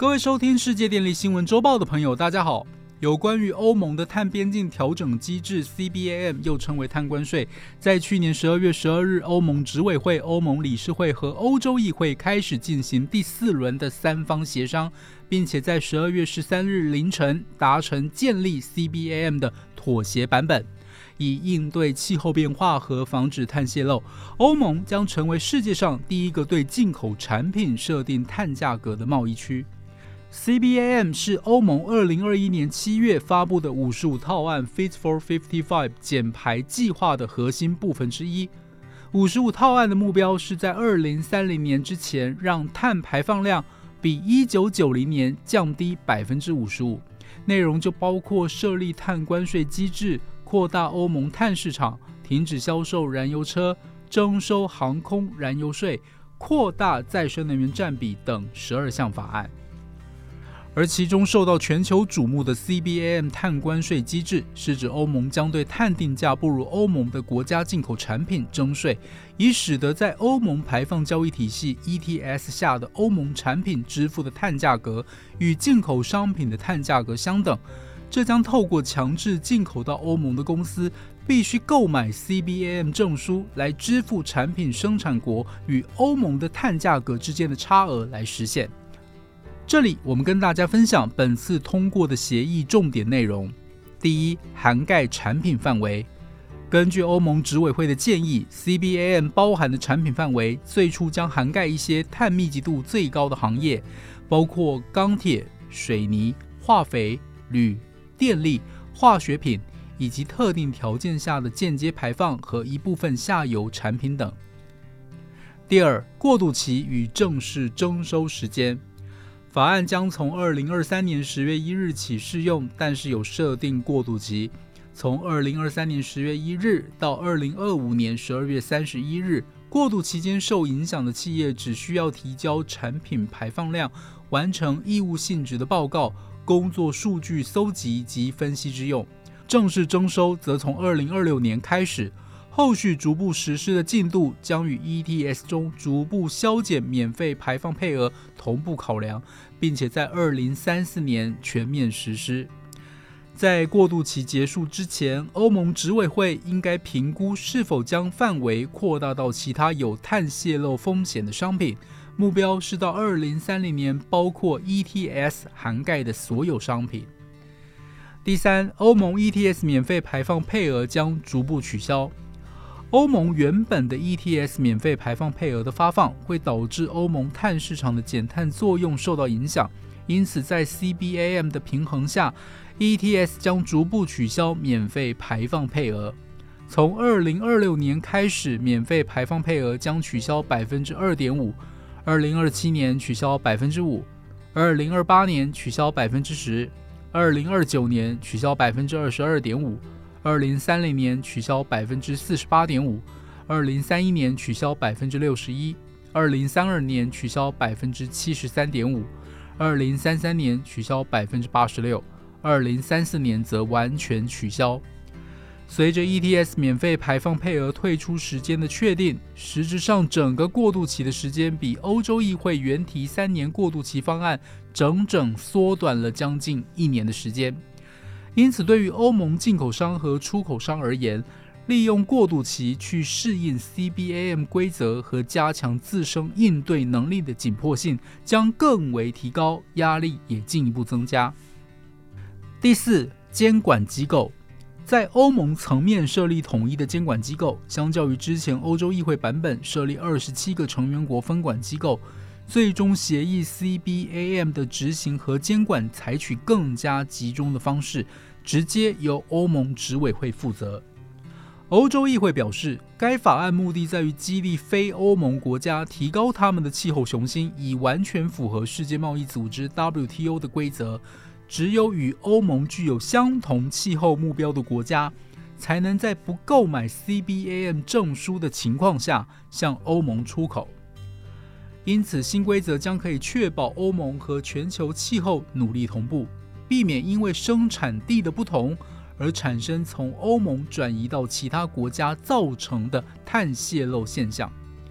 各位收听世界电力新闻周报的朋友，大家好。有关于欧盟的碳边境调整机制 CBAM 又称为碳关税，在去年12月12日，欧盟执委会、欧盟理事会和欧洲议会开始进行第4轮的三方协商，并且在12月13日凌晨达成建立 CBAM 的妥协版本。以应对气候变化和防止碳泄漏，欧盟将成为世界上第一个对进口产品设定碳价格的贸易区。CBAM 是欧盟2021年7月发布的55套案 Fit for 55减排计划的核心部分之一。55套案的目标是在2030年之前让碳排放量比1990年降低 55%， 内容就包括设立碳关税机制、扩大欧盟碳市场、停止销售燃油车、征收航空燃油税、扩大再生能源占比等12项法案。而其中受到全球瞩目的 CBAM 碳关税机制，是指欧盟将对碳定价不如欧盟的国家进口产品征税，以使得在欧盟排放交易体系 ETS 下的欧盟产品支付的碳价格与进口商品的碳价格相等。这将透过强制进口到欧盟的公司必须购买 CBAM 证书来支付产品生产国与欧盟的碳价格之间的差额来实现。这里我们跟大家分享本次通过的协议重点内容。第一，涵盖产品范围。根据欧盟执委会的建议， CBAM 包含的产品范围最初将涵盖一些碳密集度最高的行业，包括钢铁、水泥、化肥、铝、电力、化学品以及特定条件下的间接排放和一部分下游产品等。第二，过渡期与正式征收时间。法案将从2023年10月1日起适用，但是有设定过渡期，从2023年10月1日到2025年12月31日。过渡期间受影响的企业只需要提交产品排放量，完成义务性质的报告，工作数据搜集及分析之用。正式征收则从2026年开始，后续逐步实施的进度将与 ETS 中逐步削减免费排放配额同步考量，并且在2034年全面实施。在过渡期结束之前，欧盟执委会应该评估是否将范围扩大到其他有碳泄漏风险的商品，目标是到2030年包括 ETS 涵盖的所有商品。第三，欧盟 ETS 免费排放配额将逐步取消。欧盟原本的 ETS 免费排放配额的发放会导致欧盟碳市场的减碳作用受到影响，因此在 CBAM 的平衡下， ETS 将逐步取消免费排放配额。从2026年开始，免费排放配额将取消 2.5%， 2027年取消 5%， 2028年取消 10%， 2029年取消 22.5%， 2030年取消 48.5%， 2031年取消 61%， 2032年取消 73.5%， 2033年取消 86%， 2034年则完全取消。随着 ETS 免费排放配额退出时间的确定，实质上整个过渡期的时间比欧洲议会原提3年过渡期方案整整缩短了将近1年的时间。因此，对于欧盟进口商和出口商而言，利用过渡期去适应 CBAM 规则和加强自身应对能力的紧迫性将更为提高，压力也进一步增加。第四，监管机构。在欧盟层面设立统一的监管机构，相较于之前欧洲议会版本设立27个成员国分管机构，最终协议 CBAM 的执行和监管采取更加集中的方式，直接由欧盟执委会负责。欧洲议会表示，该法案目的在于激励非欧盟国家提高他们的气候雄心，以完全符合世界贸易组织 WTO 的规则。只有与欧盟具有相同气候目标的国家，才能在不购买 CBAM 证书的情况下向欧盟出口。因此，新规则将可以确保欧盟和全球气候努力同步，避免因为生产地的不同而产生从欧盟转移到其他国家造成的碳泄漏现象。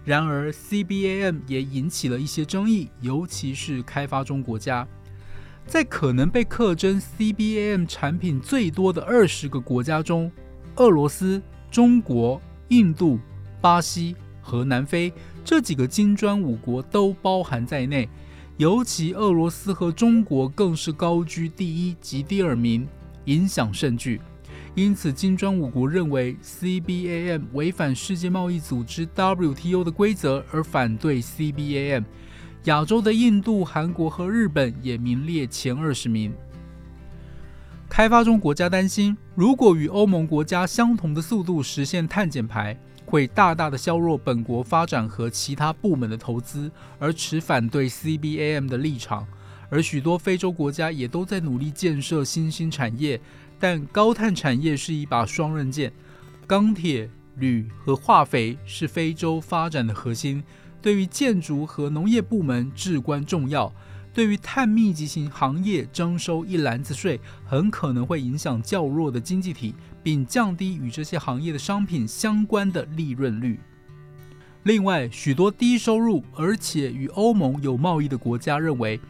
然而 CBAM 也引起了一些争议，尤其是开发中国家。在可能被课征 CBAM 产品最多的20个国家中，俄罗斯、中国、印度、巴西和南非这几个金砖5国都包含在内，尤其俄罗斯和中国更是高居第1及第2名，影响甚巨。因此金砖5国认为 CBAM 违反世界贸易组织 WTO 的规则而反对 CBAM。 亚洲的印度、韩国和日本也名列前20名。开发中国家担心，如果与欧盟国家相同的速度实现碳减排，会大大的削弱本国发展和其他部门的投资，而持反对 CBAM 的立场。而许多非洲国家也都在努力建设新兴产业，但高碳产业是一把双刃剑，钢铁、铝和化肥是非洲发展的核心，对于建筑和农业部门至关重要。对于碳密集型行业征收一篮子税，很可能会影响较弱的经济体，并降低与这些行业的商品相关的利润率。另外，许多低收入而且与欧盟有贸易的国家认为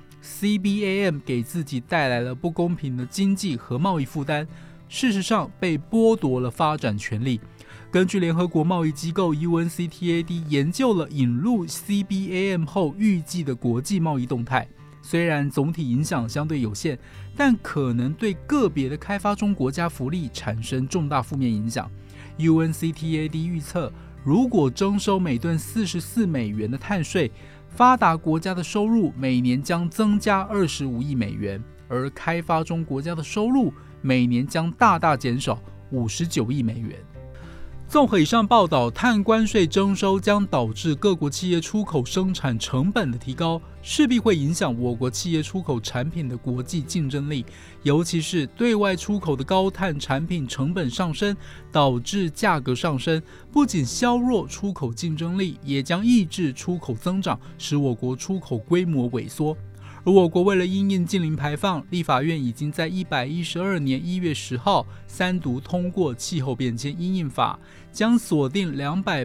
CBAM 给自己带来了不公平的经济和贸易负担，事实上被剥夺了发展权利。根据联合国贸易机构 UNCTAD 研究了引入 CBAM 后预计的国际贸易动态，虽然总体影响相对有限，但可能对个别的开发中国家福利产生重大负面影响。UNCTAD 预测，如果征收每吨44美元的碳税，发达国家的收入每年将增加25亿美元，而开发中国家的收入每年将大大减少59亿美元。综合以上报道，碳关税征收将导致各国企业出口生产成本的提高，势必会影响我国企业出口产品的国际竞争力，尤其是对外出口的高碳产品成本上升，导致价格上升，不仅削弱出口竞争力，也将抑制出口增长，使我国出口规模萎缩。而我国为了因应净零排放，立法院已经在112年1月10号三读通过气候变迁因应法，将锁定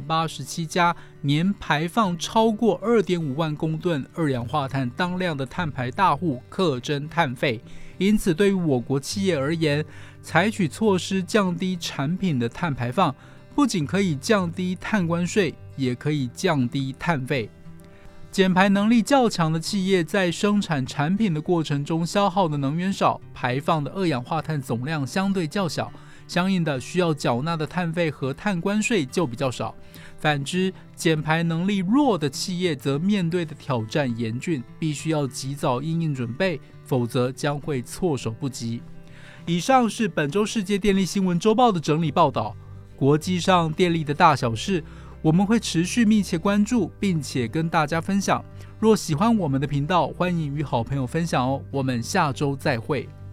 287家年排放超过 2.5 万公吨二氧化碳当量的碳排大户课征碳费。因此对于我国企业而言，采取措施降低产品的碳排放，不仅可以降低碳关税，也可以降低碳费。减排能力较强的企业在生产产品的过程中消耗的能源少，排放的二氧化碳总量相对较小，相应的需要缴纳的碳费和碳关税就比较少。反之，减排能力弱的企业则面对的挑战严峻，必须要及早因应准备，否则将会措手不及。以上是本周世界电力新闻周报的整理报道。国际上电力的大小事，我们会持续密切关注，并且跟大家分享。若喜欢我们的频道，欢迎与好朋友分享哦。我们下周再会。